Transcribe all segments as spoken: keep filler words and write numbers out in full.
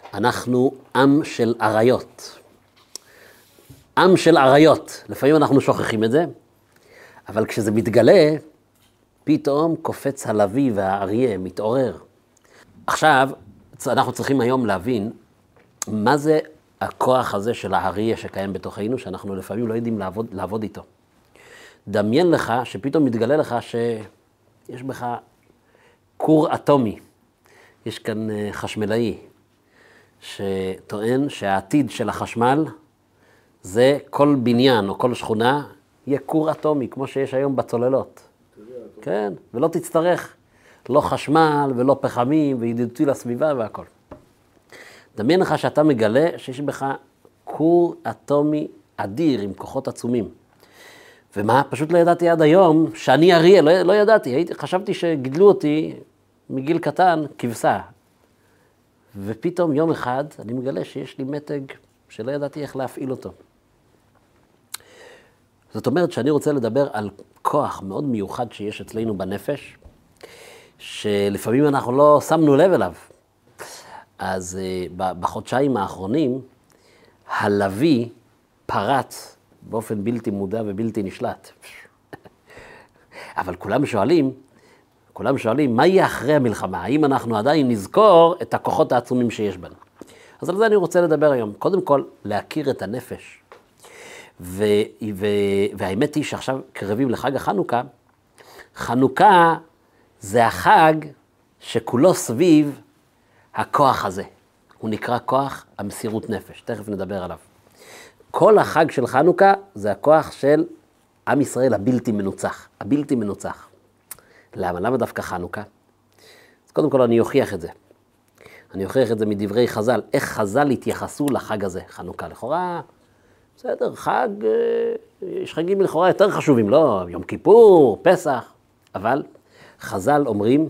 אנחנו עם של עריות. עם של עריות. לפעמים אנחנו שוכחים את זה, אבל כשזה מתגלה, פתאום קופץ הלוי והאריה, מתעורר. עכשיו, אנחנו צריכים היום להבין מה זה הכוח הזה של האריה שקיים בתוכנו, שאנחנו לפעמים לא יודעים לעבוד, לעבוד איתו. דמיין לך שפתאום מתגלה לך שיש בך כור אטומי. יש כאן חשמלאי שטוען שהעתיד של החשמל זה כל בניין או כל שכונה יהיה כור אטומי, כמו שיש היום בצוללות. כן, ולא תצטרך לא חשמל ולא פחמים וידידותי לסביבה והכל. דמיין לך שאתה מגלה שיש בך כור אטומי אדיר עם כוחות עצומים. ומה? פשוט לא ידעתי עד היום שאני אריה, לא, לא ידעתי. הייתי, חשבתי שגידלו אותי מגיל קטן כבשה. ופתאום יום אחד אני מגלה שיש לי מתג שלא ידעתי איך להפעיל אותו. זאת אומרת שאני רוצה לדבר על כוח מאוד מיוחד שיש אצלנו בנפש, שלפעמים אנחנו לא שמנו לב אליו. אז בחודשיים האחרונים, הלוי פרץ באופן בלתי מודע ובלתי נשלט. אבל כולם שואלים, כולם שואלים, מה יהיה אחרי המלחמה? האם אנחנו עדיין נזכור את הכוחות העצומים שיש בנו? אז על זה אני רוצה לדבר היום. קודם כל, להכיר את הנפש. ו- ו- והאמת היא שעכשיו קרבים לחג החנוכה, חנוכה זה החג שכולו סביב הכוח הזה. הוא נקרא כוח המסירות נפש, תכף נדבר עליו. כל החג של חנוכה זה הכוח של עם ישראל הבלתי מנוצח, הבלתי מנוצח. למה? למה דווקא חנוכה? אז קודם כל אני אוכיח את זה. אני אוכיח את זה מדברי חז"ל. איך חז"ל התייחסו לחג הזה, חנוכה? לכאורה, בסדר, חג, יש חגים לכאורה יותר חשובים, לא? יום כיפור, פסח. אבל חז"ל אומרים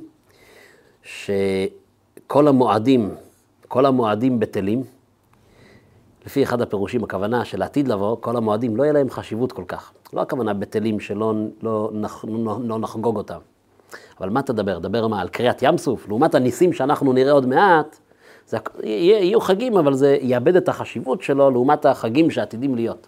שכל המועדים, כל המועדים בטלים, לפי אחד הפירושים, הכוונה של העתיד לבוא, כל המועדים לא יהיה להם חשיבות כל כך. לא הכוונה בטלים שלא לא, לא, לא נחגוג אותם. אבל מה תדבר? דבר מה? על קריאת ים סוף? לעומת הניסים שאנחנו נראה עוד מעט, זה, יהיו חגים, אבל זה יאבד את החשיבות שלו לעומת החגים שעתידים להיות.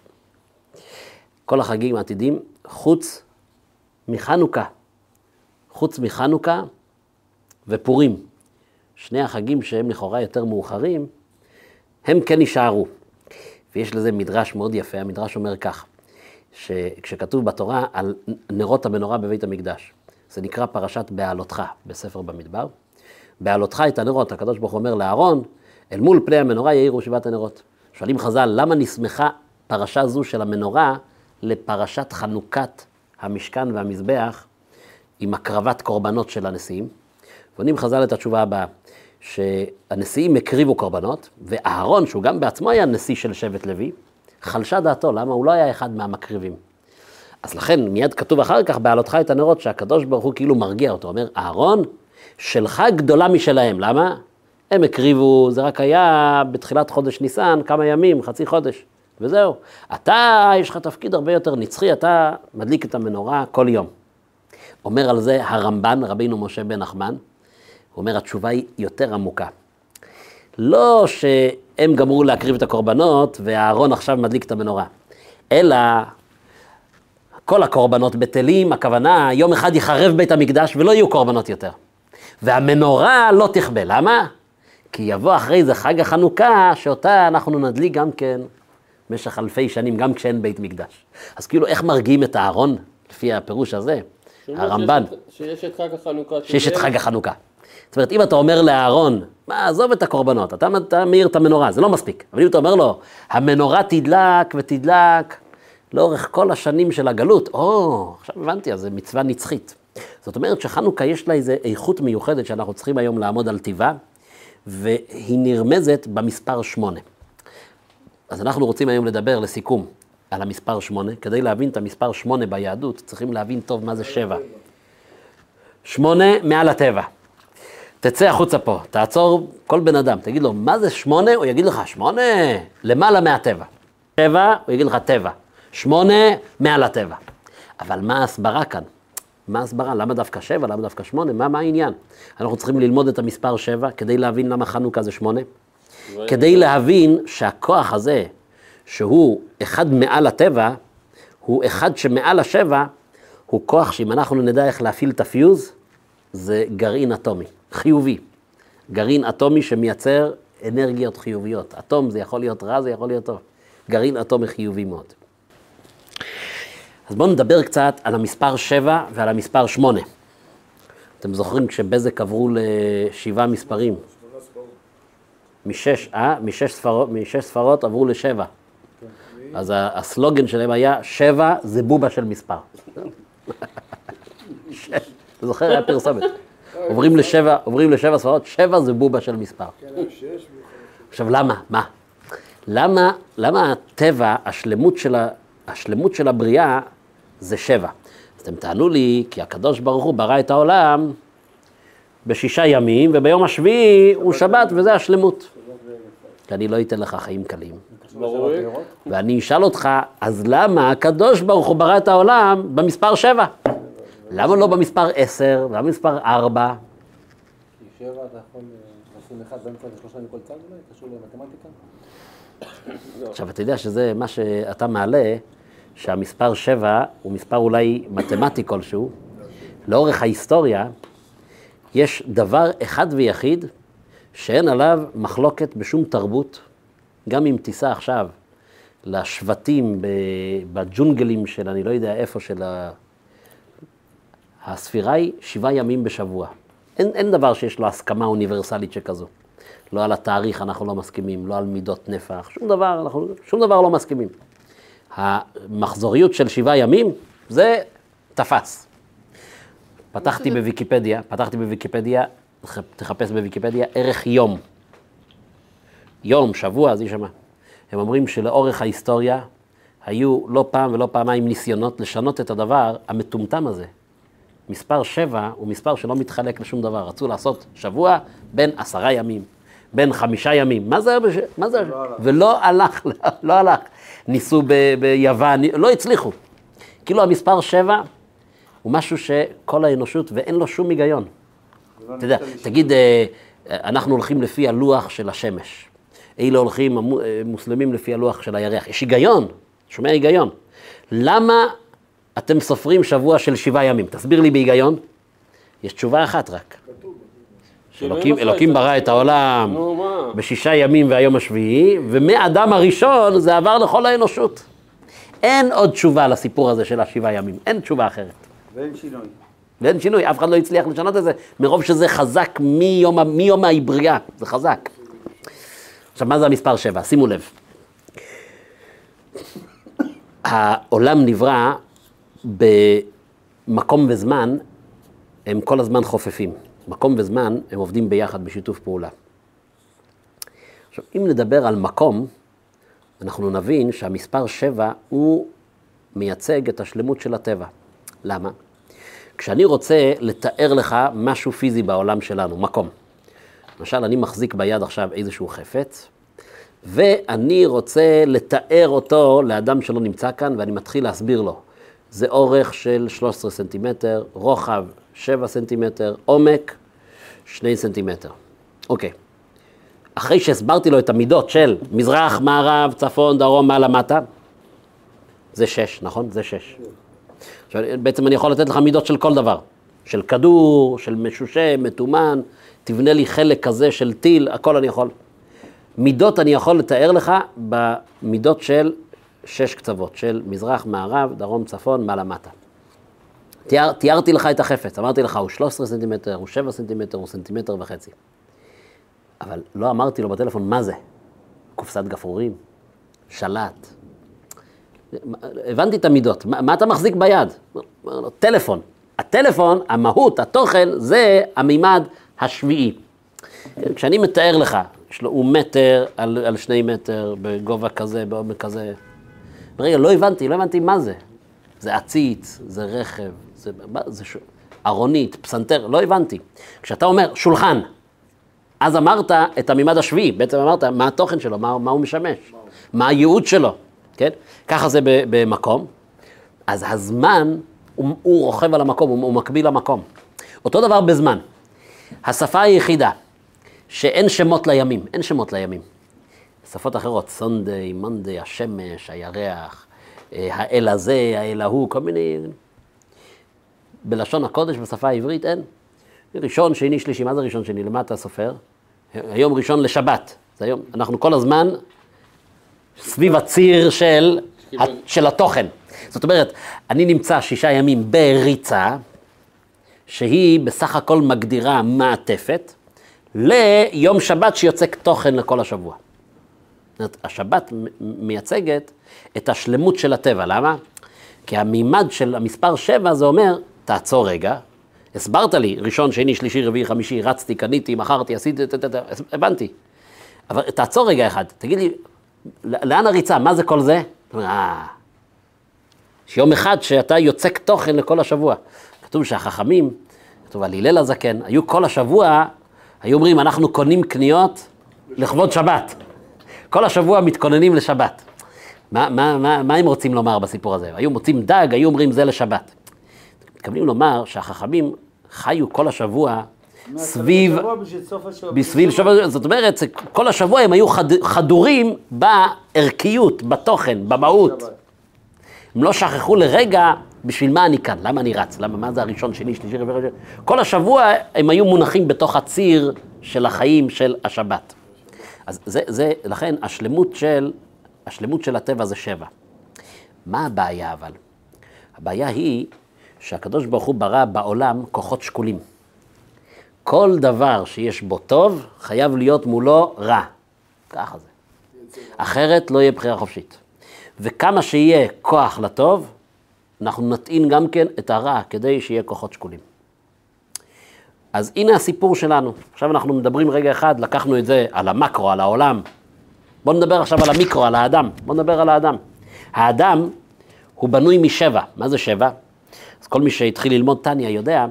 כל החגים העתידים, חוץ מחנוכה, חוץ מחנוכה ופורים, שני החגים שהם לכאורה יותר מאוחרים, הם כן נשארו. ויש לזה מדרש מאוד יפה, המדרש אומר כך, שכשכתוב בתורה על נרות המנורה בבית המקדש, זה נקרא פרשת בעלותך בספר במדבר. בעלותך את הנרות, הקדוש ברוך הוא אומר לאהרון, אל מול פני המנורה יאירו שבעת הנרות. שואלים חז"ל, למה נסמכה פרשה זו של המנורה לפרשת חנוכת המשכן והמזבח עם הקרבת קורבנות של הנשיאים? ועונים חז"ל את התשובה הבאה, שהנשיאים הקריבו קורבנות, ואהרון, שהוא גם בעצמו היה נשיא של שבט לוי, חלשה דעתו, למה? הוא לא היה אחד מהמקריבים. אז לכן מיד כתוב אחר כך בעלותך את הנרות, שהקדוש ברוך הוא כאילו מרגיע אותו, אומר, אהרון, שלך גדולה משלהם, למה? הם הקריבו, זה רק היה בתחילת חודש ניסן, כמה ימים, חצי חודש, וזהו. אתה, יש לך תפקיד הרבה יותר נצחי, אתה מדליק את המנורה כל יום. אומר על זה הרמב"ן, רבינו משה בן נחמן, הוא אומר, התשובה היא יותר עמוקה. לא שהם גמרו להקריב את הקורבנות, והאהרון עכשיו מדליק את המנורה, אלא כל הקורבנות בטלים, הכוונה, יום אחד יחרב בית המקדש ולא יהיו קורבנות יותר. והמנורה לא תכבה, למה? כי יבוא אחרי זה חג החנוכה, שאותה אנחנו נדליק גם כן, במשך אלפי שנים, גם כשאין בית מקדש. אז כאילו, איך מרגיעים את האהרון, לפי הפירוש הזה, הרמב"ן? שיש את חג החנוכה. שיש את חג החנוכה. זאת אומרת, אם אתה אומר לאהרון, מה, עזוב את הקורבנות, אתה, אתה מאיר את המנורה, זה לא מספיק. אבל אם אתה אומר לו, המנורה תדלק ותדלק לאורך כל השנים של הגלות, או, עכשיו הבנתי, אז זה מצווה נצחית. זאת אומרת שחנוכה יש לה איזו איכות מיוחדת שאנחנו צריכים היום לעמוד על טבעה, והיא נרמזת במספר שמונה. אז אנחנו רוצים היום לדבר לסיכום על המספר שמונה. כדי להבין את המספר שמונה ביהדות, צריכים להבין טוב מה זה שבע. שמונה מעל הטבע. תצא החוצה פה, תעצור כל בן אדם, תגיד לו, מה זה שמונה? הוא יגיד לך, שמונה, למעלה מהטבע. שבע, הוא יגיד לך, טבע. שמונה, מעל הטבע. אבל מה ההסברה כאן? מה ההסברה? למה דווקא שבע? למה דווקא שמונה? מה, מה העניין? אנחנו צריכים ללמוד את המספר שבע, כדי להבין למה חנוכה זה שמונה. כדי להבין שהכוח הזה, שהוא אחד מעל הטבע, הוא אחד שמעל השבע, הוא כוח שאם אנחנו נדע איך להפעיל את הפיוז, זה גרעין אטומי, חיובי. גרעין אטומי שמייצר אנרגיות חיוביות. אטום זה יכול להיות רע, זה יכול להיות טוב. גרעין אטומי חיובי מאוד. אז בואו נדבר קצת על המספר שבע ועל המספר שמונה. אתם זוכרים כשבזק עברו לשבעה מספרים? משש, אה? משש ספרות, משש ספרות עברו לשבע. אז הסלוגן שלהם היה, שבע זה בובה של מספר. אתה זוכר, היה פרסומת. עוברים לשבע, עוברים לשבע ספרות, שבע זה בובה של מספר. עכשיו, למה? מה? למה, למה הטבע, השלמות של, ה, השלמות של הבריאה זה שבע? אז אתם תענו לי, כי הקדוש ברוך הוא ברא את העולם בשישה ימים, וביום השביעי הוא שבת, וזה השלמות. כי אני לא אתן לך חיים קלים. ואני אשאל אותך, אז למה הקדוש ברוך הוא ברא את העולם במספר שבע? למה לא במספר עשר? למה במספר ארבע? כי שבע אתה יכול לשים אחד באמצע ושלושה מכל צד אולי? קשור למתמטיקה? עכשיו, אתה יודע שזה מה שאתה מעלה, שהמספר שבע הוא מספר אולי מתמטי כלשהו. לאורך ההיסטוריה יש דבר אחד ויחיד שאין עליו מחלוקת בשום תרבות, גם אם תיסע עכשיו לשבטים בג'ונגלים של אני לא יודע איפה של ה... הספירה היא שבעה ימים בשבוע. אין, אין דבר שיש לו הסכמה אוניברסלית שכזו. לא על התאריך אנחנו לא מסכימים, לא על מידות נפח, שום דבר, אנחנו, שום דבר לא מסכימים. המחזוריות של שבעה ימים זה תפס. פתחתי בוויקיפדיה, פתחתי בוויקיפדיה, תחפש בוויקיפדיה, ערך יום. יום, שבוע, זה יישמע. הם אומרים שלאורך ההיסטוריה היו לא פעם ולא פעמיים ניסיונות לשנות את הדבר המטומטם הזה. מספר שבע הוא מספר שלא מתחלק לשום דבר. רצו לעשות שבוע בין עשרה ימים, בין חמישה ימים. מה זה? מה זה? ולא הלך, לא הלך. ניסו ב- ביוון, לא הצליחו. כאילו המספר שבע הוא משהו שכל האנושות ואין לו שום היגיון. אתה יודע, תגיד, אנחנו הולכים לפי הלוח של השמש. אלה הולכים מוסלמים לפי הלוח של הירח. יש היגיון, שומע היגיון. למה אתם סופרים שבוע של שבעה ימים? תסביר לי בהיגיון. יש תשובה אחת רק. שאלוקים, אלוקים ברא את העולם בשישה ימים והיום השביעי, ומאדם הראשון זה עבר לכל האנושות. אין עוד תשובה לסיפור הזה של השבעה ימים. אין תשובה אחרת. ואין שינוי. ואין שינוי, אף אחד לא הצליח לשנות את זה, מרוב שזה חזק מיום, מיום העברייה, זה חזק. עכשיו, מה זה המספר שבע? שימו לב. העולם נברא במקום וזמן, הם כל הזמן חופפים. מקום וזמן, הם עובדים ביחד בשיתוף פעולה. עכשיו, אם נדבר על מקום, אנחנו נבין שהמספר שבע הוא מייצג את השלמות של הטבע. למה? כשאני רוצה לתאר לך משהו פיזי בעולם שלנו, מקום. למשל, אני מחזיק ביד עכשיו איזשהו חפץ, ואני רוצה לתאר אותו לאדם שלא נמצא כאן, ואני מתחיל להסביר לו. זה אורך של שלושה עשר סנטימטר, רוחב שבעה סנטימטר, עומק שני סנטימטר. אוקיי. אחרי שהסברתי לו את המידות של מזרח, מערב, צפון, דרום, מעלה, מטה, זה שש, נכון? זה שש. עכשיו, בעצם אני יכול לתת לך מידות של כל דבר. של כדור, של משושה, מתומן, תבנה לי חלק כזה של טיל, הכל אני יכול. מידות אני יכול לתאר לך במידות של שש קצוות, של מזרח, מערב, דרום, צפון, מעלה, מטה. תיאר, תיארתי לך את החפץ, אמרתי לך, הוא שלושה עשר סנטימטר, הוא שבעה סנטימטר, הוא סנטימטר וחצי. אבל לא אמרתי לו בטלפון, מה זה? קופסת גפרורים, שלט. הבנתי את המידות, מה, מה אתה מחזיק ביד? טלפון. הטלפון, המהות, התוכן, זה המימד השביעי. כשאני מתאר לך, יש לו, הוא מטר על, על שני מטר, בגובה כזה, בעומק כזה. ברגע, לא הבנתי, לא הבנתי מה זה. זה עציץ, זה רכב, זה, זה ש... ארונית, פסנתר, לא הבנתי. כשאתה אומר שולחן, אז אמרת את המימד השביעי, בעצם אמרת מה התוכן שלו, מה, מה הוא משמש, מה הייעוד שלו, כן? ככה זה במקום. אז הזמן, הוא, הוא רוכב על המקום, הוא, הוא מקביל למקום. אותו דבר בזמן. השפה היחידה שאין שמות לימים, אין שמות לימים. שפות אחרות, סונדי, מונדי, השמש, הירח, האל הזה, האל ההוא, כל מיני... בלשון הקודש, בשפה העברית, אין. ראשון, שני, שלישי, מה זה ראשון, שני? למה אתה סופר? היום ראשון לשבת. זה היום, אנחנו כל הזמן סביב הציר של, של התוכן. זאת אומרת, אני נמצא שישה ימים בריצה, שהיא בסך הכל מגדירה מעטפת, ליום שבת שיוצק תוכן לכל השבוע. זאת אומרת, השבת מייצגת את השלמות של הטבע. למה? כי המימד של המספר שבע זה אומר, תעצור רגע, הסברת לי, ראשון, שני, שלישי, רביעי, חמישי, רצתי, קניתי, מכרתי, עשיתי, הבנתי. אבל תעצור רגע אחד, תגיד לי, לאן הריצה? מה זה כל זה? אה, שיום אחד שאתה יוצק תוכן לכל השבוע. כתוב שהחכמים, כתוב על הלל הזקן, היו כל השבוע, היו אומרים, אנחנו קונים קניות לכבוד שבת. כל השבוע מתכוננים לשבת. מה, מה, מה, מה הם רוצים לומר בסיפור הזה? היו מוצאים דג, היו אומרים זה לשבת. מתכוונים לומר שהחכמים חיו כל השבוע סביב, בסביב שבוע, זאת אומרת, כל השבוע הם היו חד, חדורים בערכיות, בתוכן, במהות. הם לא שכחו לרגע בשביל מה אני כאן, למה אני רץ, למה, מה זה הראשון, שני, שלישי, רביעי, רביעי. כל השבוע הם היו מונחים בתוך הציר של החיים של השבת. אז זה, זה, לכן השלמות של, השלמות של הטבע זה שבע. מה הבעיה אבל? הבעיה היא שהקדוש ברוך הוא ברא בעולם כוחות שקולים. כל דבר שיש בו טוב, חייב להיות מולו רע. ככה זה. אחרת לא יהיה בחירה חופשית. וכמה שיהיה כוח לטוב, אנחנו נטעין גם כן את הרע, כדי שיהיה כוחות שקולים. אז הנה הסיפור שלנו. עכשיו אנחנו מדברים רגע אחד, לקחנו את זה על המקרו, על העולם. בואו נדבר עכשיו על המיקרו, על האדם. בואו נדבר על האדם. האדם הוא בנוי משבע. מה זה שבע? אז כל מי שהתחיל ללמוד תניה יודע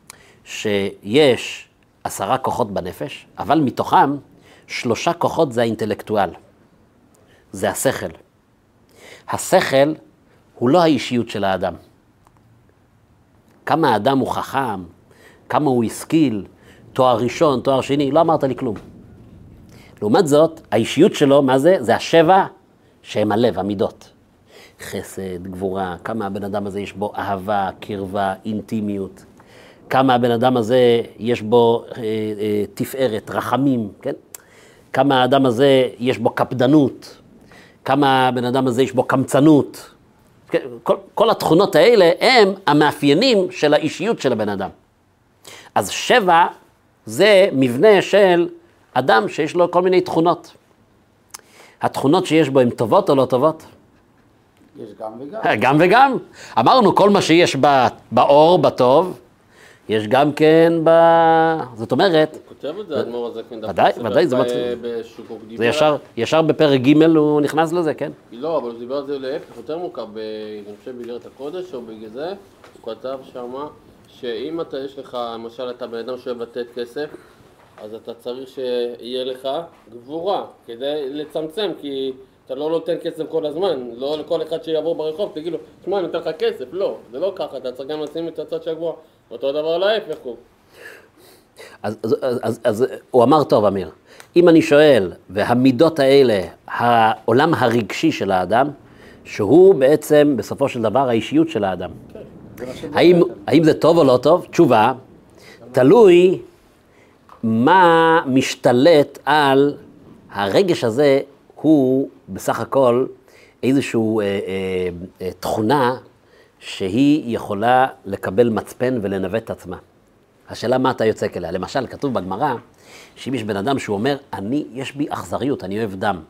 שיש עשרה כוחות בנפש, אבל מתוכם שלושה כוחות זה האינטלקטואל. זה השכל. השכל הוא לא האישיות של האדם. כמה האדם הוא חכם, כמה הוא השכיל, תואר ראשון, תואר שני, לא אמרת לי כלום. לעומת זאת, האישיות שלו, מה זה? זה השבע שהם הלב, המידות. חסד, גבורה, כמה הבן אדם הזה יש בו אהבה, קרבה, אינטימיות. כמה הבן אדם הזה יש בו אה, אה, תפארת, רחמים, כן? כמה האדם הזה יש בו קפדנות. כמה הבן אדם הזה יש בו קמצנות. כן? כל, כל התכונות האלה הם המאפיינים של האישיות של הבן אדם. אז שבע זה מבנה של אדם שיש לו כל מיני תכונות. התכונות שיש בו הן טובות או לא טובות? יש גם וגם. גם וגם. אמרנו כל מה שיש באור, בטוב, יש גם כן ב... זאת אומרת... הוא כותב את זה, אדמו"ר הזה, כן. ודאי, ודאי, זה מצחיק. זה ישר, ישר בפרק ג' הוא נכנס לזה, כן? לא, אבל הוא דיבר על זה להפך, יותר מורכב, אני חושב באגרת הקודש או בגלל זה, הוא כתב שמה, שאם אתה יש לך, למשל אתה בן אדם שאוהב לתת כסף, אז אתה צריך שיהיה לך גבורה, כדי לצמצם, כי אתה לא נותן כסף כל הזמן, לא לכל אחד שיעבור ברחוב, תגיד לו, שמע, אני נותן לך כסף, לא, זה לא ככה, אתה צריך גם לשים את הצד של הגבורה, אותו דבר להפך הוא. אז, אז, אז, אז הוא אמר טוב, אמיר, אם אני שואל, והמידות האלה, העולם הרגשי של האדם, שהוא בעצם בסופו של דבר האישיות של האדם. האם, האם זה טוב או לא טוב? תשובה, תלוי מה משתלט על הרגש הזה, הוא בסך הכל איזושהי אה, אה, אה, תכונה שהיא יכולה לקבל מצפן ולנווט את עצמה. השאלה מה אתה יוצק אליה. למשל, כתוב בגמרא, שאם יש בן אדם שהוא אומר, אני, יש בי אכזריות, אני אוהב דם.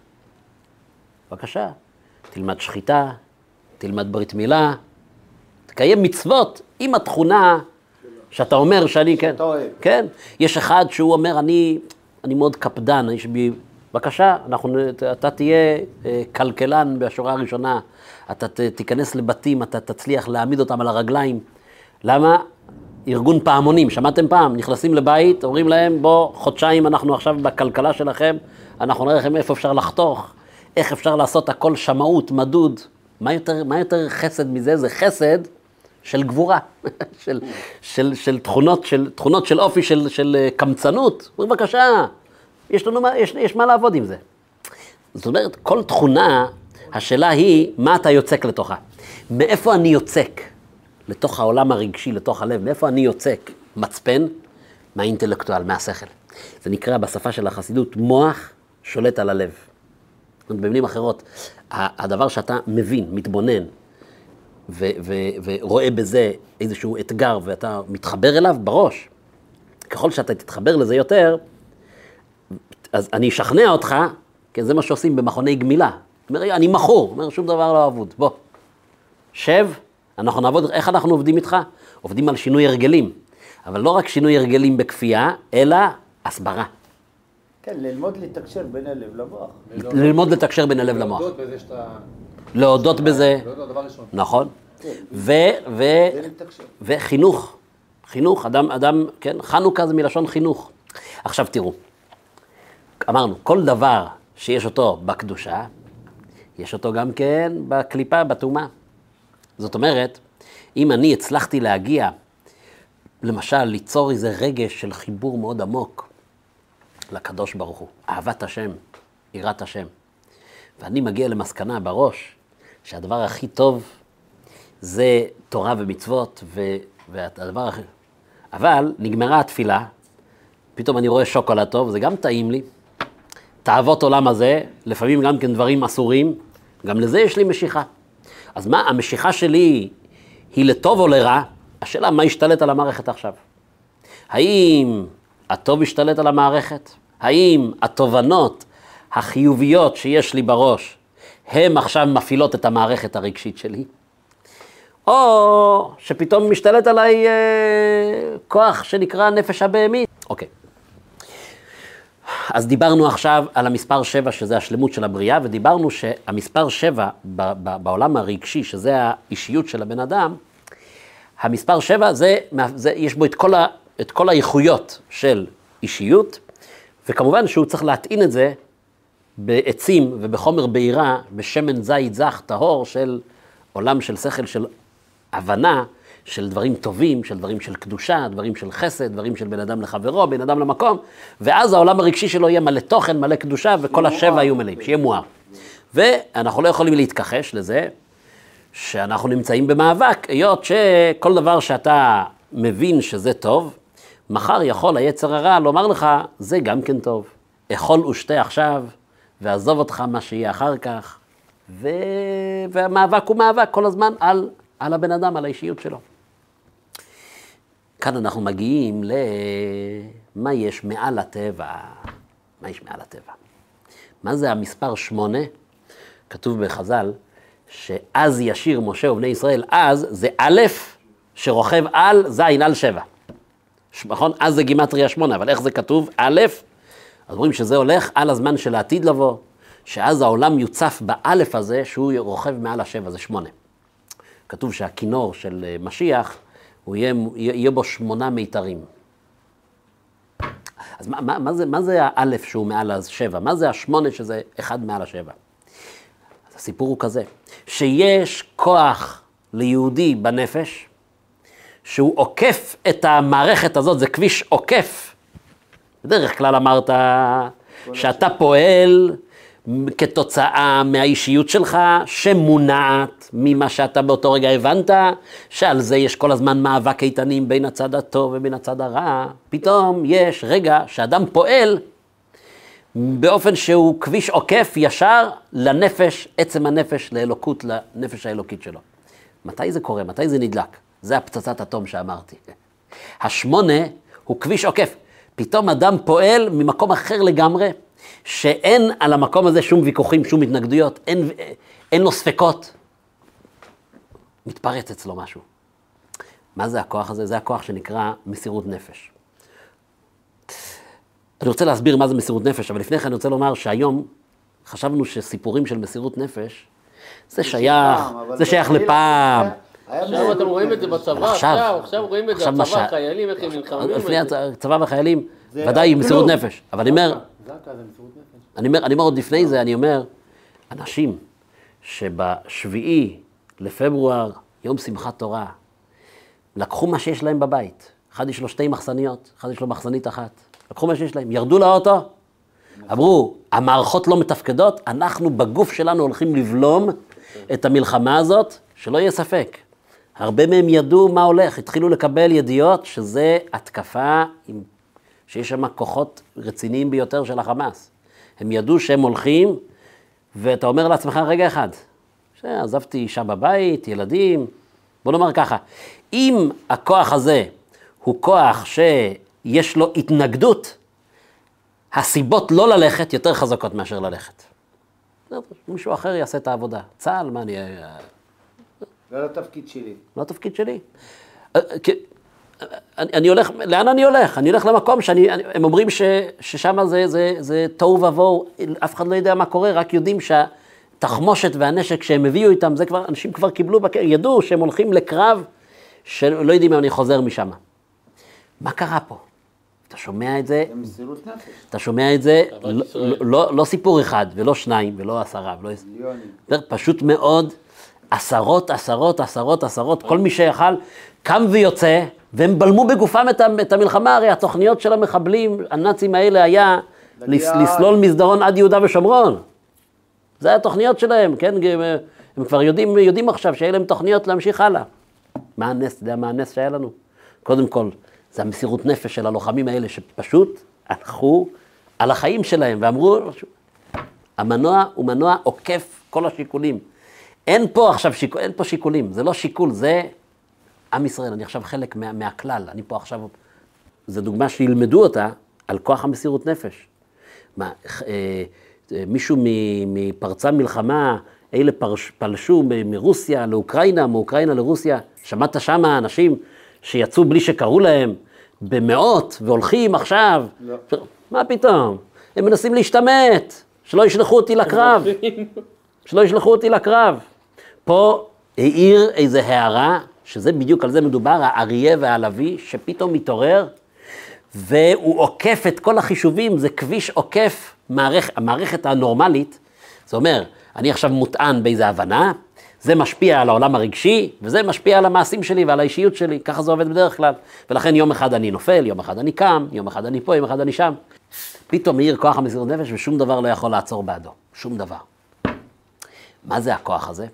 בבקשה, תלמד שחיטה, תלמד ברית מילה, תקיים מצוות עם התכונה שאתה אומר שאני, כן. כן. יש אחד שהוא אומר, אני, אני מאוד קפדן, יש בי, בבקשה, אנחנו, אתה תהיה כלכלן בשורה הראשונה, אתה ת, תיכנס לבתים, אתה תצליח להעמיד אותם על הרגליים. למה? ארגון פעמונים, שמעתם פעם? נכנסים לבית, אומרים להם, בוא, חודשיים אנחנו עכשיו בכלכלה שלכם, אנחנו נראה לכם איפה אפשר לחתוך, איך אפשר לעשות הכל שמאות, מדוד. מה יותר, מה יותר חסד מזה? זה חסד של גבורה, של, של, של תכונות, של תכונות של אופי, של, של קמצנות. בבקשה, יש לנו מה, יש, יש מה לעבוד עם זה. זאת אומרת, כל תכונה, השאלה היא, מה אתה יוצק לתוכה? מאיפה אני יוצק לתוך העולם הרגשי, לתוך הלב? מאיפה אני יוצק? מצפן? מהאינטלקטואל, מהשכל. זה נקרא בשפה של החסידות, מוח שולט על הלב. במילים אחרות, הדבר שאתה מבין, מתבונן, ו- ו- ורואה בזה איזשהו אתגר, ואתה מתחבר אליו בראש, ככל שאתה תתחבר לזה יותר, אז אני אשכנע אותך, כי זה מה שעושים במכוני גמילה. אומר, אני מכור, אומר, שום דבר לא עבוד, בוא. שב, אנחנו נעבוד, איך אנחנו עובדים איתך? עובדים על שינוי הרגלים. אבל לא רק שינוי הרגלים בכפייה, אלא הסברה. כן, ללמוד לתקשר בין הלב למוח. ללמוד לתקשר בין הלב למוח. להודות בזה שאתה... להודות בזה. להודות, דבר ראשון. נכון. ו... ו... זה לתקשר. וחינוך. חינוך, אדם, אדם, כן, חנוכה זה מלשון חינוך. עכשיו תראו, אמרנו, כל דבר שיש אותו בקדושה, יש אותו גם כן בקליפה, בטומאה. זאת אומרת, אם אני הצלחתי להגיע, למשל, ליצור איזה רגש של חיבור מאוד עמוק לקדוש ברוך הוא, אהבת השם, יראת השם, ואני מגיע למסקנה בראש שהדבר הכי טוב זה תורה ומצוות, ו... והדבר הכי... אבל נגמרה התפילה, פתאום אני רואה שוקולד טוב, זה גם טעים לי, תאוות עולם הזה, לפעמים גם כן דברים אסורים, גם לזה יש לי משיכה. אז מה, המשיכה שלי היא לטוב או לרע? השאלה, מה ישתלט על המערכת עכשיו? האם הטוב ישתלט על המערכת? האם התובנות החיוביות שיש לי בראש, הן עכשיו מפעילות את המערכת הרגשית שלי? או שפתאום משתלט עליי אה, כוח שנקרא נפש הבהמית. אוקיי. אז דיברנו עכשיו על המספר שבע, שזה השלמות של הבריאה, ודיברנו שהמספר שבע ב- ב- בעולם הרגשי, שזה האישיות של הבן אדם, המספר שבע, זה, זה, יש בו את כל, ה, את כל האיכויות של אישיות, וכמובן שהוא צריך להטעין את זה בעצים ובחומר בעירה, בשמן זית זך טהור של עולם של שכל, של הבנה, של דברים טובים, של דברים של קדושה, דברים של חסד, דברים של בן אדם לחברו, בן אדם למקום, ואז העולם הרגשי שלו יהיה מלא תוכן, מלא קדושה, וכל השבע יהיו מלאים, שיהיה מואר. ואנחנו לא יכולים להתכחש לזה, שאנחנו נמצאים במאבק, היות שכל דבר שאתה מבין שזה טוב, מחר יכול היצר הרע לומר לך, זה גם כן טוב. אכול ושתה עכשיו, ועזוב אותך מה שיהיה אחר כך, ו... והמאבק הוא מאבק כל הזמן על, על הבן אדם, על האישיות שלו. כאן אנחנו מגיעים למה יש מעל הטבע. מה יש מעל הטבע? מה זה המספר שמונה? כתוב בחז"ל, שאז ישיר משה ובני ישראל, אז זה א' שרוכב על זין על שבע. נכון? אז זה גימטריה שמונה, אבל איך זה כתוב? א', אז אומרים שזה הולך על הזמן של העתיד לבוא, שאז העולם יוצף באלף הזה שהוא רוכב מעל השבע, זה שמונה. כתוב שהכינור של משיח, הוא יהיה, יהיה בו שמונה מיתרים. אז מה, מה, מה זה, מה זה האלף שהוא מעל השבע? מה זה השמונה שזה אחד מעל השבע? אז הסיפור הוא כזה, שיש כוח ליהודי בנפש, שהוא עוקף את המערכת הזאת, זה כביש עוקף. בדרך כלל אמרת שאתה פועל כתוצאה מהאישיות שלך, שמונעת ממה שאתה באותו רגע הבנת, שעל זה יש כל הזמן מאבק איתנים בין הצד הטוב ובין הצד הרע. פתאום יש רגע שאדם פועל באופן שהוא כביש עוקף ישר לנפש, עצם הנפש, לאלוקות, לנפש האלוקית שלו. מתי זה קורה? מתי זה נדלק? זה הפצצת אטום שאמרתי. השמונה הוא כביש עוקף. פתאום אדם פועל ממקום אחר לגמרי, שאין על המקום הזה שום ויכוחים, שום התנגדויות, אין, אין לו ספקות. מתפרץ אצלו משהו. מה זה הכוח הזה? זה הכוח שנקרא מסירות נפש. אני רוצה להסביר מה זה מסירות נפש, אבל לפני כן אני רוצה לומר שהיום חשבנו שסיפורים של מסירות נפש, זה שייך, זה שייך לפעם. עכשיו אתם רואים את זה בצבא, עכשיו, עכשיו רואים את זה בצבא, החיילים, איך הם נלחמים. לפני הצבא והחיילים, ודאי מסירות נפש. אבל אני אומר, אני אומר, אני אומר עוד לפני זה, אני אומר, אנשים שבשביעי לפברואר, יום שמחת תורה, לקחו מה שיש להם בבית. אחד יש לו שתי מחסניות, אחד יש לו מחסנית אחת. לקחו מה שיש להם, ירדו לאוטו, אמרו, המערכות לא מתפקדות, אנחנו בגוף שלנו הולכים לבלום את המלחמה הזאת, שלא יהיה ספק. הרבה מהם ידעו מה הולך, התחילו לקבל ידיעות שזה התקפה, שיש שם כוחות רציניים ביותר של החמאס. הם ידעו שהם הולכים, ואתה אומר לעצמך רגע אחד, שעזבתי אישה בבית, ילדים, בוא נאמר ככה, אם הכוח הזה הוא כוח שיש לו התנגדות, הסיבות לא ללכת יותר חזקות מאשר ללכת. מישהו אחר יעשה את העבודה. צה"ל, מה אני... זה לא התפקיד שלי. לא התפקיד שלי. אני, אני הולך, לאן אני הולך? אני הולך למקום שאני, הם אומרים ש, ששם זה, זה, זה תוהו ובוהו, אף אחד לא יודע מה קורה, רק יודעים שהתחמושת והנשק שהם הביאו איתם, זה כבר, אנשים כבר קיבלו, ידעו שהם הולכים לקרב, שלא יודעים אם אני חוזר משם. מה קרה פה? אתה שומע את זה, מסירות נפש. אתה שומע את זה, לא, לא, לא סיפור אחד, ולא שניים, ולא עשרה, ולא... פשוט מאוד, עשרות, עשרות, עשרות, עשרות, כל מי שיכל, קם ויוצא, והם בלמו בגופם את המלחמה, הרי התוכניות של המחבלים, הנאצים האלה היה לסלול מסדרון עד יהודה ושומרון. זה התוכניות שלהם, כן? הם כבר יודעים, יודעים עכשיו שיהיה להם תוכניות להמשיך הלאה. מה הנס, אתה יודע מה הנס שהיה לנו? קודם כל, זה המסירות נפש של הלוחמים האלה, שפשוט הלכו על החיים שלהם, ואמרו, המנוע הוא מנוע עוקף כל השיקולים. אין פה עכשיו שיקול, אין פה שיקולים, זה לא שיקול, זה עם ישראל, אני עכשיו חלק מה, מהכלל, אני פה עכשיו, זו דוגמה שילמדו אותה על כוח המסירות נפש. מה, אה, מישהו מפרצה מלחמה, אלה פרש, פלשו מ- מרוסיה לאוקראינה, מאוקראינה לרוסיה, שמעת שם אנשים שיצאו בלי שקראו להם, במאות, והולכים עכשיו, לא. מה פתאום? הם מנסים להשתמט, שלא ישלחו אותי לקרב, שלא ישלחו אותי לקרב. פה העיר איזו הערה, שזה בדיוק על זה מדובר, האריה והלוי, שפתאום מתעורר, והוא עוקף את כל החישובים, זה כביש עוקף מערכ... המערכת הנורמלית, זה אומר, אני עכשיו מוטען באיזו הבנה, זה משפיע על העולם הרגשי, וזה משפיע על המעשים שלי ועל האישיות שלי, ככה זה עובד בדרך כלל. ולכן יום אחד אני נופל, יום אחד אני קם, יום אחד אני פה, יום אחד אני שם. פתאום מאיר כוח המסירות נפש, ושום דבר לא יכול לעצור בעדו, שום דבר. מה זה הכוח הזה?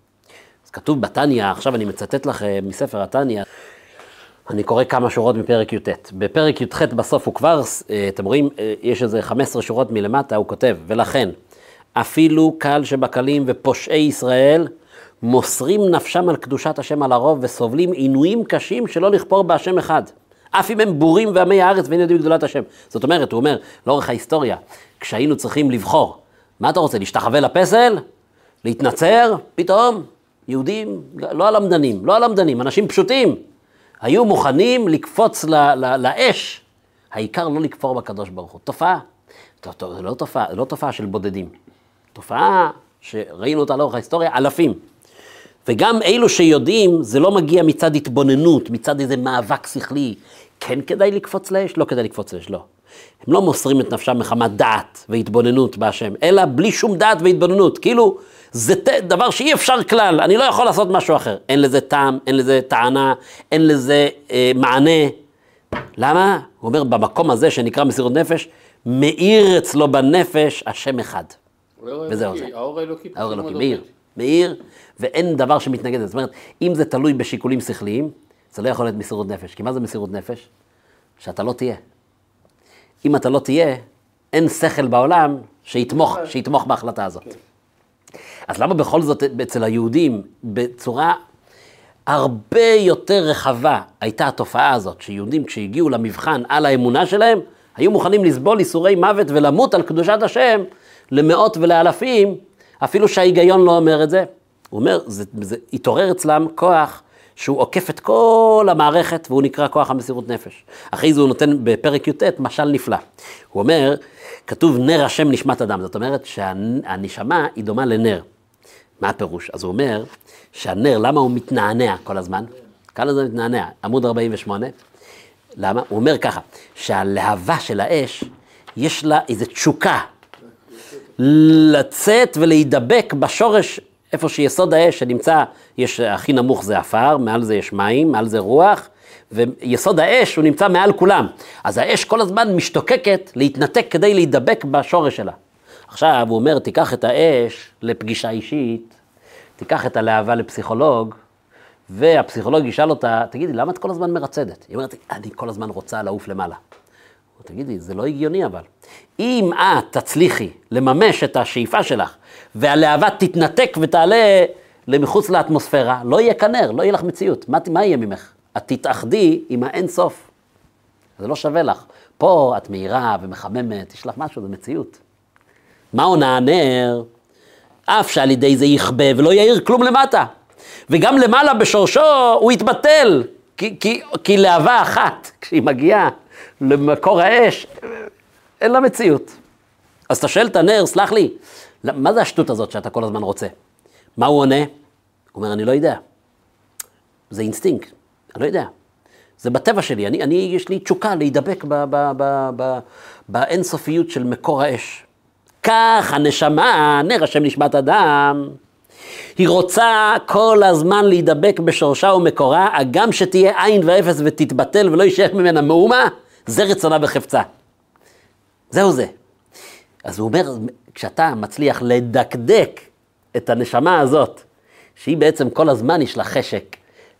אז כתוב בתניא, עכשיו אני מצטט לכם מספר התניא, אני קורא כמה שורות מפרק י"ט. בפרק י"ח בסוף הוא כבר, אתם רואים, יש איזה חמש עשרה שורות מלמטה, הוא כותב, ולכן, אפילו קהל שבקלים ופושעי ישראל, מוסרים נפשם על קדושת השם על הרוב, וסובלים עינויים קשים שלא לכפור בהשם אחד. אף אם הם בורים ועמי הארץ ואין יודעים גדולת השם. זאת אומרת, הוא אומר, לאורך ההיסטוריה, כשהיינו צריכים לבחור, מה אתה רוצה, להשתחווה לפסל? להתנצר? פתאום, יהודים, לא הלמדנים, לא הלמדנים, אנשים פשוטים, היו מוכנים לקפוץ ל- ל- לאש, העיקר לא לכפור בקדוש ברוך הוא. תופעה, זה לא תופעה, לא תופעה של בודדים, תופעה שראינו אותה לאורך ההיסטוריה, אלפים. וגם אלו שיודעים, זה לא מגיע מצד התבוננות, מצד איזה מאבק שכלי, כן כדאי לקפוץ לאש, לא כדאי לקפוץ לאש, לא. הם לא מוסרים את נפשם מחמת דעת והתבוננות בהשם, אלא בלי שום דעת והתבוננות, כאילו זה דבר שאי אפשר כלל, אני לא יכול לעשות משהו אחר. אין לזה טעם, אין לזה טענה, אין לזה אה, מענה. למה? הוא אומר, במקום הזה שנקרא מסירות נפש, מאיר אצלו בנפש השם אחד. וזהו זה. האור האלוקי. האור האלוקי, מאיר. מאיר, ואין דבר שמתנגד. זאת אומרת, אם זה תלוי בשיקולים שכליים, זה לא יכול להיות מסירות נפש. כי מה זה מסירות נפש? שאתה לא תהיה. אם אתה לא תהיה, אין שכל בעולם שיתמוך, שיתמוך בהחלטה הזאת. אז למה בכל זאת אצל היהודים, בצורה הרבה יותר רחבה, הייתה התופעה הזאת, שיהודים כשהגיעו למבחן על האמונה שלהם, היו מוכנים לסבול איסורי מוות ולמות על קדושת השם, למאות ולאלפים, אפילו שההיגיון לא אומר את זה. הוא אומר, זה, זה התעורר אצלם כוח שהוא עוקף את כל המערכת, והוא נקרא כוח המסירות נפש. אחרי זה הוא נותן בפרק י"ט משל נפלא. הוא אומר, כתוב נר השם נשמת אדם, זאת אומרת שהנשמה היא דומה לנר. מה הפירוש? אז הוא אומר שהנר, למה הוא מתנענע כל הזמן? כל הזמן מתנענע, עמוד ארבעים ושמונה. למה? הוא אומר ככה, שהלהבה של האש, יש לה איזו תשוקה, לצאת ולהידבק בשורש, איפה שיסוד האש שנמצא, יש הכי נמוך זה אפר, מעל זה יש מים, מעל זה רוח, ויסוד האש הוא נמצא מעל כולם. אז האש כל הזמן משתוקקת להתנתק כדי להידבק בשורש שלה. עכשיו הוא אומר, תיקח את האש לפגישה אישית, תיקח את הלהבה לפסיכולוג, והפסיכולוג ישאל אותה, תגידי, למה את כל הזמן מרצדת? היא אומרת, אני כל הזמן רוצה לעוף למעלה. תגידי, זה לא הגיוני אבל. אם את תצליחי לממש את השאיפה שלך, והלהבה תתנתק ותעלה למחוץ לאטמוספירה, לא יהיה כנר, לא יהיה לך מציאות. מה, מה יהיה ממך? את תתאחדי עם האין סוף. זה לא שווה לך. פה את מהירה ומחממת, יש לך משהו, זה מציאות. מה עונה הנר? אף שעל ידי זה יכבה ולא יאיר כלום למטה. וגם למעלה בשורשו הוא יתבטל, כי, כי, כי להבה אחת, כשהיא מגיעה למקור האש, אין לה מציאות. אז אתה שואל את הנר, סלח לי, מה זה השטות הזאת שאתה כל הזמן רוצה? מה הוא עונה? הוא אומר, אני לא יודע. זה אינסטינקט, אני לא יודע. זה בטבע שלי, אני, אני, יש לי תשוקה להידבק ב, ב, ב, ב, באינסופיות של מקור האש. כך הנשמה, נר השם נשמת אדם, היא רוצה כל הזמן להידבק בשורשה ומקורה, גם שתהיה עין ואפס ותתבטל ולא יישאר ממנה מאומה, זה רצונה וחפצה. זהו זה. אז הוא אומר, כשאתה מצליח לדקדק את הנשמה הזאת, שהיא בעצם כל הזמן יש לה חשק,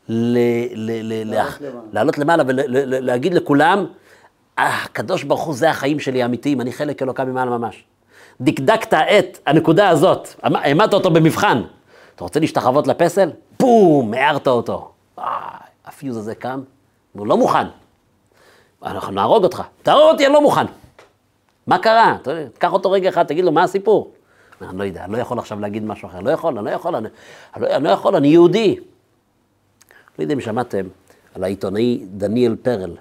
לעלות למעלה ולהגיד לכולם, הקדוש ברוך הוא זה החיים שלי האמיתיים, אני חלק אלוקה ממעלה ממש. דקדקת את הנקודה הזאת, העמדת אותו במבחן. אתה רוצה להשתחוות לפסל? בום, הערת אותו. הפיוז הזה קם, הוא לא מוכן. אנחנו נהרוג אותך. תהרוג אותי, אני לא מוכן. מה קרה? תקח אותו רגע אחד, תגיד לו, מה הסיפור? אני לא יודע, אני לא יכול עכשיו להגיד משהו אחר. לא יכול, אני לא יכול, אני, אני לא יכול, אני יהודי. לא יודע אם שמעתם על העיתונאי דניאל פרל,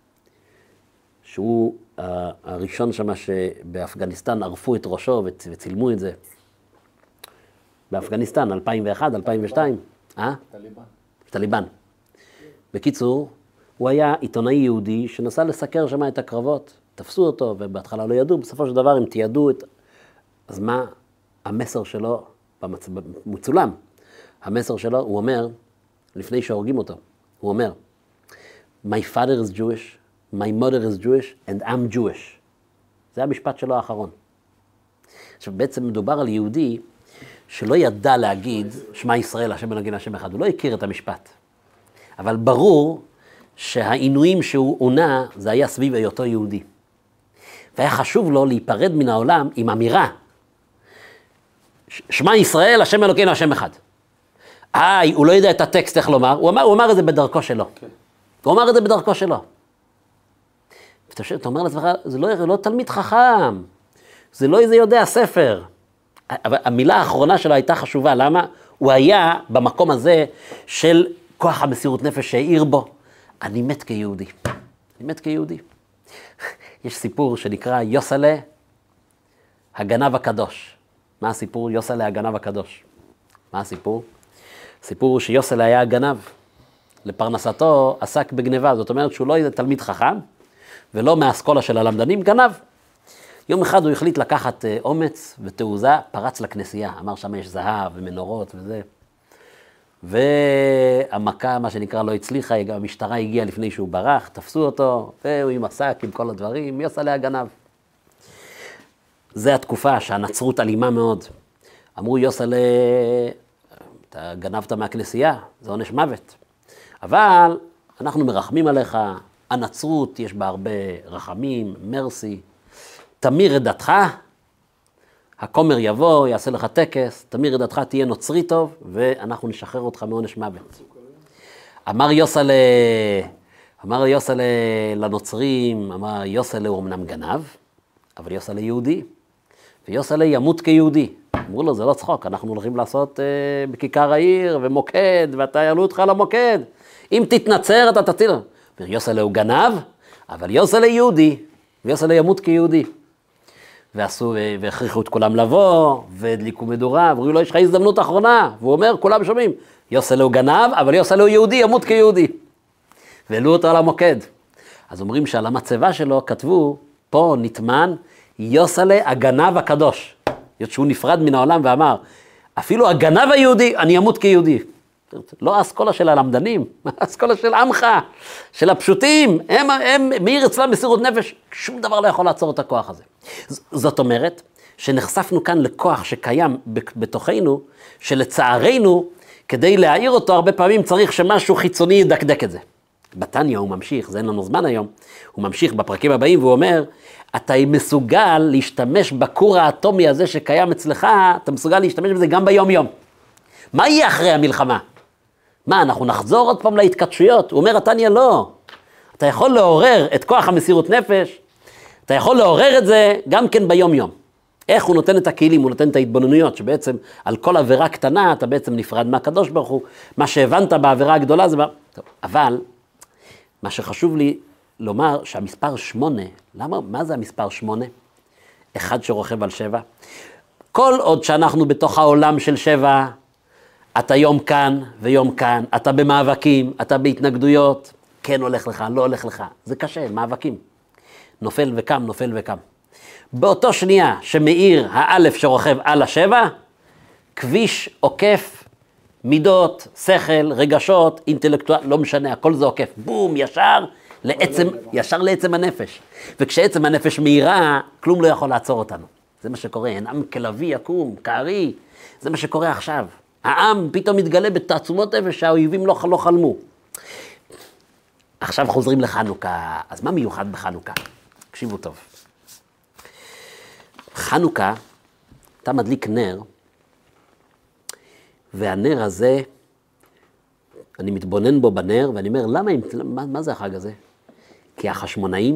שהוא הראשון שמה שבאפגניסטן ערפו את ראשו וצילמו את זה. באפגניסטן, אלפיים ואחת, אלפיים ושתיים. אה? טליבן. טליבן. בקיצור, הוא היה עיתונאי יהודי שנסע לסקר שמה את הקרבות. תפסו אותו, ובהתחלה לא ידעו, בסופו של דבר הם תיעדו את... אז מה המסר שלו, במצ... מצולם, המסר שלו, הוא אומר, לפני שהורגים אותו, הוא אומר, My father is Jewish, my mother is Jewish, and I'm Jewish. זה המשפט שלו האחרון. עכשיו, בעצם מדובר על יהודי שלא ידע להגיד, שמע ישראל, השם אלוקינו השם אחד, הוא לא הכיר את המשפט. אבל ברור שהעינויים שהוא עונה, זה היה סביב היותו יהודי. והיה חשוב לו להיפרד מן העולם עם אמירה, שמע ישראל, השם אלוקינו השם אחד. איי, הוא לא יודע את הטקסט איך לומר, הוא אמר, הוא אמר את זה בדרכו שלו. Okay. הוא אמר את זה בדרכו שלו. אתה, אתה אומר לעצמך, זה לא, לא תלמיד חכם, זה לא איזה יודע ספר. אבל המילה האחרונה שלו הייתה חשובה, למה? הוא היה במקום הזה של כוח המסירות נפש שהעיר בו, אני מת כיהודי. אני מת כיהודי. יש סיפור שנקרא יוסלה, הגנב הקדוש. מה הסיפור? יוסלה הגנב הקדוש. מה הסיפור? הסיפור הוא שיוסלה היה הגנב. לפרנסתו עסק בגניבה, זאת אומרת שהוא לא היה תלמיד חכם, ולא מהאסכולה של הלמדנים, גנב. יום אחד הוא החליט לקחת אומץ ותעוזה, פרץ לכנסייה, אמר שם יש זהב ומנורות וזה. והמכה, מה שנקרא, לא הצליחה, המשטרה הגיעה לפני שהוא ברח, תפסו אותו, והוא עם עסק עם כל הדברים, יוסלה הגנב. זה התקופה שהנצרות אלימה מאוד. אמרו יוסלה, אתה גנבת מהכנסייה, זה עונש מוות. אבל אנחנו מרחמים עליך, הנצרות יש בה הרבה רחמים, מרסי, תמיר את דתך, הכומר יבוא, יעשה לך טקס, תמיר את דתך, תהיה נוצרי טוב, ואנחנו נשחרר אותך מעונש מוות. אמר יוסלה, אמר יוסלה לנוצרים, אמר יוסלה הוא אמנם גנב, אבל יוסלה יהודי, ויוסלה ימות כיהודי. אמרו לו, זה לא צחוק, אנחנו הולכים לעשות אה, בכיכר העיר ומוקד, ואתה יעלו אותך למוקד. אם תתנצר, אתה תציל. יוסלה הוא גנב, אבל יוסלה יהודי, ויוסלה ימות כיהודי. ועשו, והכריחו את כולם לבוא, והדליקו מדורה, ואומרים לו, יש לך הזדמנות אחרונה. והוא אומר, כולם שומעים, יוסלה הוא גנב, אבל יוסלה הוא יהודי, ימות כיהודי. והעלו אותו על המוקד. אז אומרים שעל המצבה שלו כתבו, פה נטמן, יוסלה הגנב הקדוש. שהוא נפרד מן העולם ואמר, אפילו הגנב היהודי, אני אמות כיהודי. לא האסכולה של הלמדנים, האסכולה של עמך, של הפשוטים, הם, הם, מאיר אצלם מסירות נפש, שום דבר לא יכול לעצור את הכוח הזה. זאת אומרת, שנחשפנו כאן לכוח שקיים בתוכנו, שלצערנו, כדי להעיר אותו הרבה פעמים צריך שמשהו חיצוני ידקדק את זה. בתניא הוא ממשיך, זה אין לנו זמן היום, הוא ממשיך בפרקים הבאים והוא אומר, אתה מסוגל להשתמש בכור האטומי הזה שקיים אצלך, אתה מסוגל להשתמש בזה גם ביום יום. מה יהיה אחרי המלחמה? מה, אנחנו נחזור עוד פעם להתקדשויות? הוא אומר, התניא לא. אתה יכול לעורר את כוח המסירות נפש, אתה יכול לעורר את זה גם כן ביום יום. איך הוא נותן את הכלים, הוא נותן את ההתבוננויות, שבעצם על כל עבירה קטנה אתה בעצם נפרד מהקדוש ברוך הוא, מה שהבנת בעבירה הגדולה זה... טוב, אבל מה שחשוב לי לומר שהמספר שמונה, למה, מה זה המספר שמונה? אחד שרוכב על שבע. כל עוד שאנחנו בתוך העולם של שבע, אתה יום כאן ויום כאן, אתה במאבקים, אתה בהתנגדויות, כן הולך לך, לא הולך לך, זה קשה, מאבקים. נופל וקם, נופל וקם. באותו שנייה שמאיר האלף שרוכב על השבע, כביש עוקף, מידות, שכל, רגשות, אינטלקטואל, לא משנה, הכל זה עוקף, בום, ישר, לעצם, ישר לעצם הנפש. וכשעצם הנפש מאירה, כלום לא יכול לעצור אותנו. זה מה שקורה, אין עם כלבי יקום, כארי, זה מה שקורה עכשיו. העם פתאום מתגלה בתעצומות נפש שהאויבים לא, לא חלמו. עכשיו חוזרים לחנוכה, אז מה מיוחד בחנוכה? תקשיבו טוב. חנוכה, אתה מדליק נר, והנר הזה, אני מתבונן בו בנר, ואני אומר, למה, מה, מה זה החג הזה? כי החשמונאים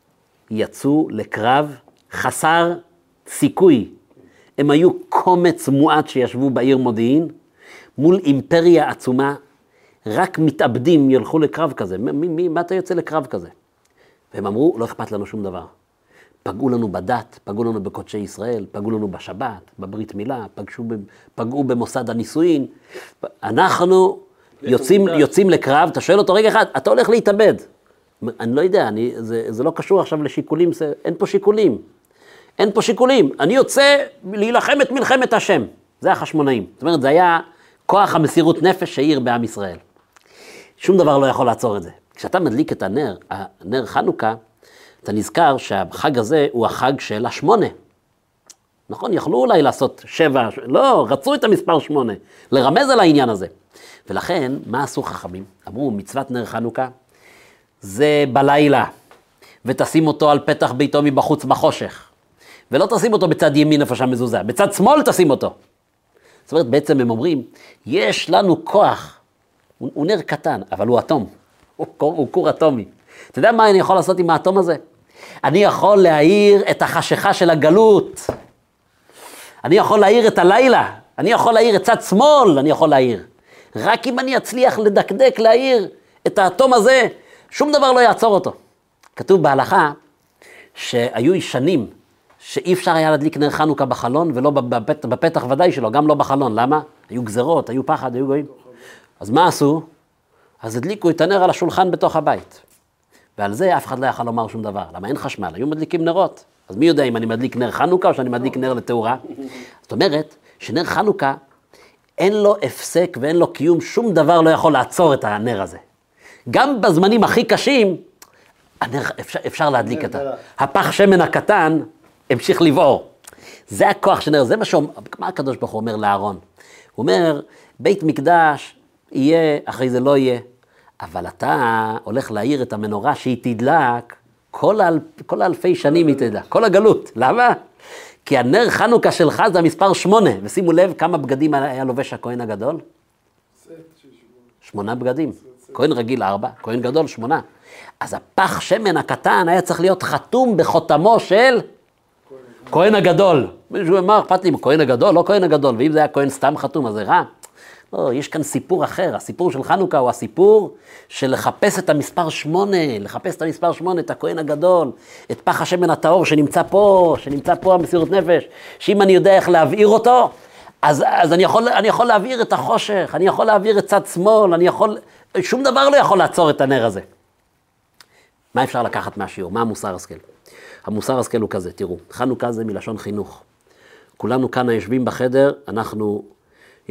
יצאו לקרב חסר סיכוי. הם היו קומץ מועט שישבו בעיר מודיעין, מול אימפריה עצומה, רק מתאבדים ילכו לקרב כזה. מי, מי, מה אתה יוצא לקרב כזה? והם אמרו, לא אכפת לנו שום דבר. פגעו לנו בדת, פגעו לנו בקודשי ישראל, פגעו לנו בשבת, בברית מילה, פגשו, פגעו במוסד הנישואין. אנחנו יוצאים, יוצאים לקרב, אתה שואל אותו רגע אחד, אתה הולך להתאבד. אני לא יודע, אני, זה, זה לא קשור עכשיו לשיקולים, זה, אין פה שיקולים. אין פה שיקולים. אני יוצא להילחם את מלחמת השם. זה החשמונאים. זאת אומרת, זה היה כוח המסירות נפש שהעיר בעם ישראל. שום דבר לא יכול לעצור את זה. כשאתה מדליק את הנר, הנר חנוכה, אתה נזכר שהחג הזה הוא החג של השמונה. נכון, יכלו אולי לעשות שבע, לא, רצו את המספר שמונה, לרמז על העניין הזה. ולכן, מה עשו חכמים? אמרו, מצוות נר חנוכה, זה בלילה, ותשים אותו על פתח ביתו מבחוץ בחושך. ולא תשים אותו בצד ימין איפה שהמזוזה, בצד שמאל תשים אותו. זאת אומרת, בעצם הם אומרים, יש לנו כוח, הוא, הוא נר קטן, אבל הוא אטום, הוא, הוא כור אטומי. אתה יודע מה אני יכול לעשות עם האטום הזה? אני יכול להאיר את החשיכה של הגלות, אני יכול להאיר את הלילה, אני יכול להאיר את צד שמאל, אני יכול להאיר. רק אם אני אצליח לדקדק להאיר את האטום הזה, שום דבר לא יעצור אותו. כתוב בהלכה שהיו שנים שאי אפשר היה להדליק נר חנוכה בחלון, ולא בפתח, בפתח ודאי שלו, גם לא בחלון. למה? היו גזרות, היו פחד, היו גויים. אז מה עשו? אז הדליקו את הנר על השולחן בתוך הבית. ועל זה אף אחד לא יכל לומר שום דבר. למה אין חשמל? היו מדליקים נרות. אז מי יודע אם אני מדליק נר חנוכה או שאני מדליק נר לתאורה? זאת אומרת שנר חנוכה אין לו הפסק ואין לו קיום, שום דבר לא יכול לעצור את הנר הזה. גם בזמנים הכי קשים, הנר, אפשר, אפשר להדליק את הפח שמן הקטן, המשיך לבעור. זה הכוח של נר, זה מה שאומר, מה הקדוש ברוך הוא אומר לאהרון? הוא אומר, בית מקדש יהיה, אחרי זה לא יהיה, אבל אתה הולך להאיר את המנורה שהיא תדלק, כל, האל, כל האלפי שנים היא תדלק, כל הגלות. למה? כי הנר חנוכה שלך זה המספר שמונה, ושימו לב כמה בגדים היה לובש הכהן הגדול? שמונה בגדים. כהן רגיל ארבע, כהן גדול שמונה. אז הפח שמן הקטן היה צריך להיות חתום בחותמו של כהן הגדול. מישהו אמר, אכפת לי עם כהן הגדול, לא כהן הגדול, ואם זה היה כהן סתם חתום, אז זה רע. לא, יש כאן סיפור אחר. הסיפור של חנוכה הוא הסיפור של לחפש את המספר שמונה, לחפש את המספר שמונה, את הכהן הגדול, את פח השמן הטהור שנמצא פה, שנמצא פה המסירות נפש, שאם אני יודע איך להבעיר אותו, אז, אז אני יכול, אני יכול להבעיר את החושך, אני יכול להבעיר את צד שמאל, אני יכול, שום דבר לא יכול לעצור את הנר הזה. מה אפשר לקחת מהשיעור? מה המוסר השכל? המוסר השכל הוא כזה, תראו, חנוכה זה מלשון חינוך. כולנו כאן היושבים בחדר, אנחנו,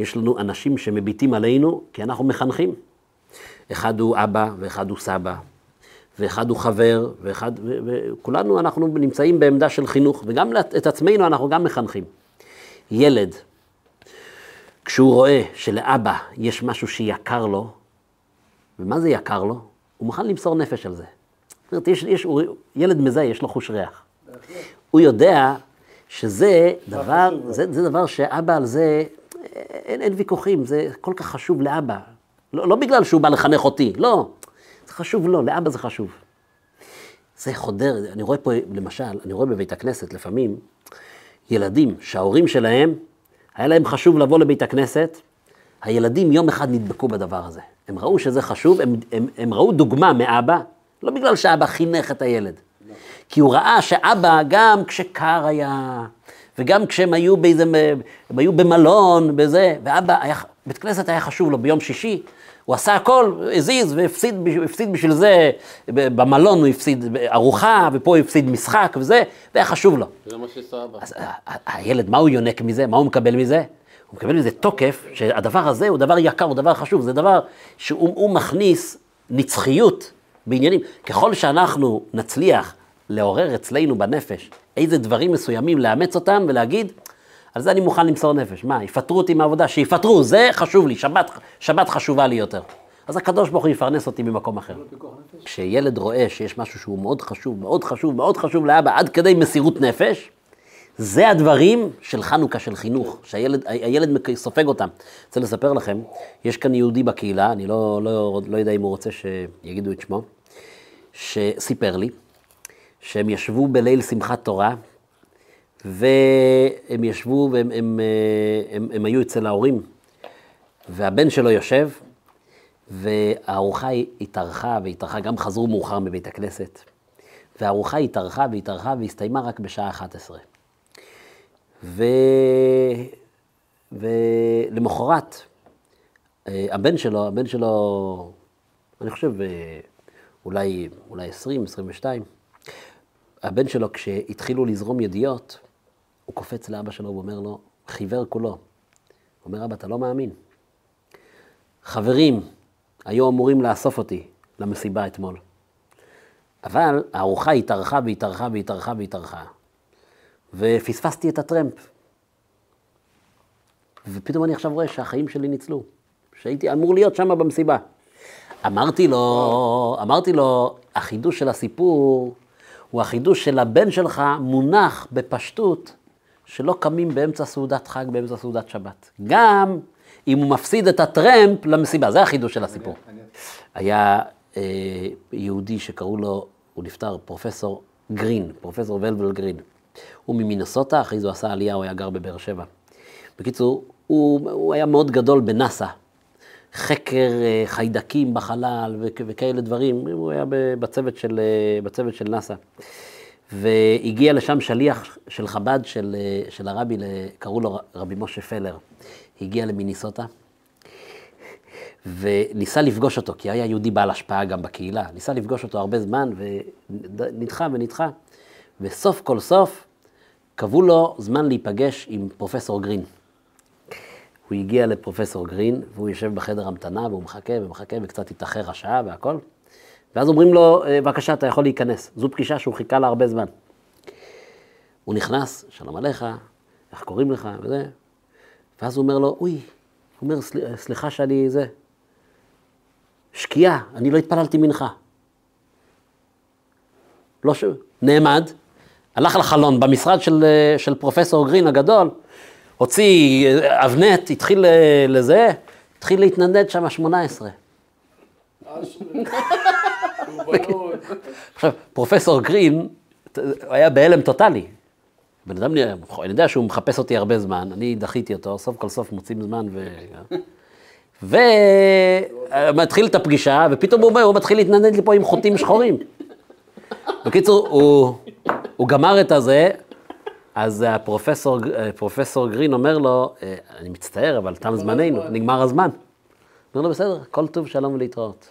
יש לנו אנשים שמביטים עלינו, כי אנחנו מחנכים. אחד הוא אבא, ואחד הוא סבא, ואחד הוא חבר, ואחד, ו- וכולנו אנחנו נמצאים בעמדה של חינוך, וגם את עצמנו אנחנו גם מחנכים. ילד, כשהוא רואה שלאבא יש משהו שיקר לו, ומה זה יקר לו? הוא מוכן למסור נפש על זה. זאת אומרת, יש, יש, הוא, ילד מזהה, יש לו חוש ריח. הוא יודע שזה דבר, זה, זה דבר שאבא על זה, אין, אין ויכוחים, זה כל כך חשוב לאבא. לא, לא בגלל שהוא בא לחנך אותי, לא. זה חשוב לו, לאבא זה חשוב. זה חודר, אני רואה פה, למשל, אני רואה בבית הכנסת לפעמים, ילדים שההורים שלהם, היה להם חשוב לבוא לבית הכנסת, הילדים יום אחד נדבקו בדבר הזה. הם ראו שזה חשוב, הם, הם, הם ראו דוגמה מאבא, לא בגלל שאבא חינך את הילד. לא. כי הוא ראה שאבא גם כשקר היה, וגם כשהם היו באיזה, הם היו במלון, בזה, ואבא, היה, בית כנסת היה חשוב לו ביום שישי, הוא עשה הכל, הזיז והפסיד הפסיד בשביל זה, במלון הוא הפסיד ארוחה, ופה הוא הפסיד משחק וזה, והיה חשוב לו. זה מה שסבא. אז הילד, מה הוא יונק מזה? מה הוא מקבל מזה? הוא מקבל מזה תוקף, שהדבר הזה הוא דבר יקר, הוא דבר חשוב, זה דבר שהוא מכניס נצחיות בעניינים. ככל שאנחנו נצליח לעורר אצלנו בנפש איזה דברים מסוימים, לאמץ אותם ולהגיד, על זה אני מוכן למסור נפש. מה, יפטרו אותי מהעבודה? שיפטרו, זה חשוב לי, שבת, שבת חשובה לי יותר. אז הקדוש ברוך הוא יפרנס אותי ממקום אחר. כשילד רואה שיש משהו שהוא מאוד חשוב, מאוד חשוב, מאוד חשוב לאבא, עד כדי מסירות נפש, זה הדברים של חנוכה, של חינוך, שהילד הילד סופג אותם. אני רוצה לספר לכם, יש כאן יהודי בקהילה, אני לא, לא, לא יודע אם הוא רוצה שיגידו את שמו, שסיפר לי, שהם ישבו בליל שמחת תורה, והם ישבו והם הם, הם, הם היו אצל ההורים, והבן שלו יושב, והארוחה התארכה והתארכה, גם חזרו מאוחר מבית הכנסת, והארוחה התארכה והתארכה והסתיימה רק בשעה אחת עשרה. ו... ולמחרת, הבן שלו, הבן שלו, אני חושב, אולי, אולי עשרים, עשרים ושתיים, הבן שלו, כשהתחילו לזרום ידיעות, הוא קופץ לאבא שלו ואומר לו, חיוור כולו. הוא אומר, אבא, אתה לא מאמין. חברים היו אמורים לאסוף אותי למסיבה אתמול. אבל הארוחה התארכה והתארכה והתארכה והתארכה. ופספסתי את הטרמפ. ופתאום אני עכשיו רואה שהחיים שלי ניצלו. שהייתי אמור להיות שם במסיבה. אמרתי לו, אמרתי לו, החידוש של הסיפור, הוא החידוש של הבן שלך מונח בפשטות, שלא קמים באמצע סעודת חג, באמצע סעודת שבת. גם אם הוא מפסיד את הטרמפ למסיבה, זה החידוש של הסיפור. היה אה, יהודי שקראו לו, הוא נפטר, פרופסור גרין, פרופסור ולבל גרין. הוא ממינסוטה, אחרי זה הוא עשה עלייה, הוא היה גר בבאר שבע. בקיצור, הוא, הוא היה מאוד גדול בנאסא, חקר אה, חיידקים בחלל וכ- וכאלה דברים, הוא היה בצוות של, אה, בצוות של נאסא. והגיע לשם שליח של חב"ד של, אה, של הרבי, קראו לו רבי משה פלר. הגיע למיניסוטה, וניסה לפגוש אותו, כי היה יהודי בעל השפעה גם בקהילה. ניסה לפגוש אותו הרבה זמן, ונדחה ונדחה. וסוף כל סוף, קבעו לו זמן להיפגש עם פרופסור גרין. הוא הגיע לפרופסור גרין, והוא יושב בחדר המתנה, והוא מחכה ומחכה, וקצת התאחר השעה והכל. ואז אומרים לו, בבקשה, אתה יכול להיכנס. זו פגישה שהוא חיכה לה הרבה זמן. הוא נכנס, שלום עליך, איך קוראים לך, וזה. ואז הוא אומר לו, אוי, הוא אומר, סליחה שאני זה, שקיעה, אני לא התפללתי מנחה. לא ש... נעמד, הלך לחלון במשרד של, של פרופסור גרין הגדול, הוציא אבנט, התחיל לזה, התחיל להתנדד שם שמונה עשרה. עכשיו, פרופסור גרין היה בהלם טוטלי. בן אדם, אני יודע שהוא מחפש אותי הרבה זמן, אני דחיתי אותו, סוף כל סוף מוצאים זמן ו... ומתחיל את הפגישה, ופתאום הוא, הוא מתחיל להתנדד לי פה עם חוטים שחורים. בקיצור, הוא, הוא גמר את הזה, אז הפרופסור, פרופסור גרין אומר לו, אני מצטער, אבל תם זמננו, נגמר הזמן. אומר לו, בסדר, כל טוב, שלום ולהתראות.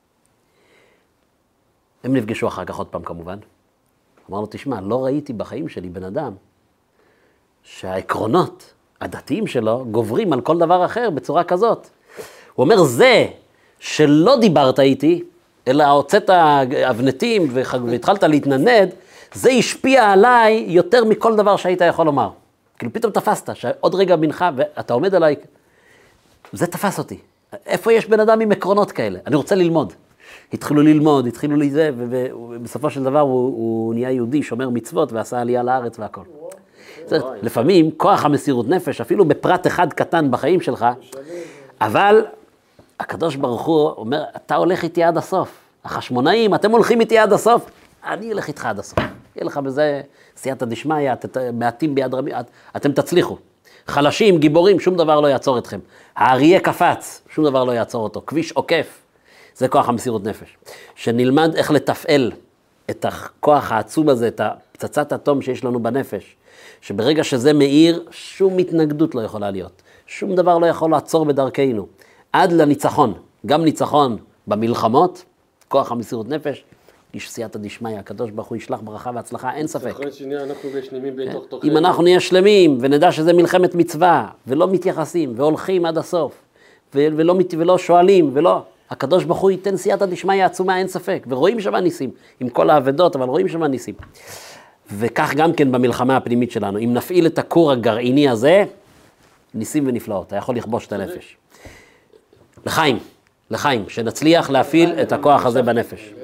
הם נפגשו אחר כך עוד פעם כמובן. אמר לו, תשמע, לא ראיתי בחיים שלי בן אדם שהעקרונות הדתיים שלו גוברים על כל דבר אחר בצורה כזאת. הוא אומר, זה שלא דיברת איתי, אלא הוצאת אבנתים והתחלת להתננד, זה השפיע עליי יותר מכל דבר שהיית יכול לומר. כאילו פתאום תפסת, שעוד רגע מנחה ואתה עומד עליי, זה תפס אותי. איפה יש בן אדם עם עקרונות כאלה? אני רוצה ללמוד. התחילו ללמוד, התחילו לזה, ובסופו של דבר הוא, הוא נהיה יהודי, שומר מצוות, ועשה עלייה לארץ והכל. זאת, לפעמים כוח המסירות נפש, אפילו בפרט אחד קטן בחיים שלך, אבל הקדוש ברוך הוא אומר, אתה הולך איתי עד הסוף. החשמונאים, אתם הולכים איתי עד הסוף, אני אלך איתך עד הסוף. יהיה לך בזה סייעתא דשמיא, מעטים ביד רבים, את, אתם תצליחו. חלשים, גיבורים, שום דבר לא יעצור אתכם. האריה קפץ, שום דבר לא יעצור אותו. כביש עוקף, זה כוח המסירות נפש. שנלמד איך לתפעל את הכוח העצום הזה, את פצצת אטום שיש לנו בנפש, שברגע שזה מאיר, שום התנגדות לא יכולה להיות. שום דבר לא יכול לעצור בדרכנו. עד לניצחון, גם ניצחון במלחמות, כוח המסירות נפש, איש סייעתא דשמיא, הקדוש ברוך הוא ישלח ברכה והצלחה, אין ספק. אחרי שנייה אנחנו בשלמים בתוך תוכנו. אם אנחנו נהיה שלמים ונדע שזה מלחמת מצווה, ולא מתייחסים, והולכים עד הסוף, ולא, ולא שואלים, ולא, הקדוש ברוך הוא ייתן סייעתא דשמיא עצומה, אין ספק, ורואים שם ניסים, עם כל האבדות, אבל רואים שם ניסים. וכך גם כן במלחמה הפנימית שלנו, אם נפעיל את הכור הגרעיני הזה, ניסים ונפלאות, אתה יכול לכבוש את הנפש. לחיים, לחיים, שנצליח להפעיל את הכוח הזה בנפש.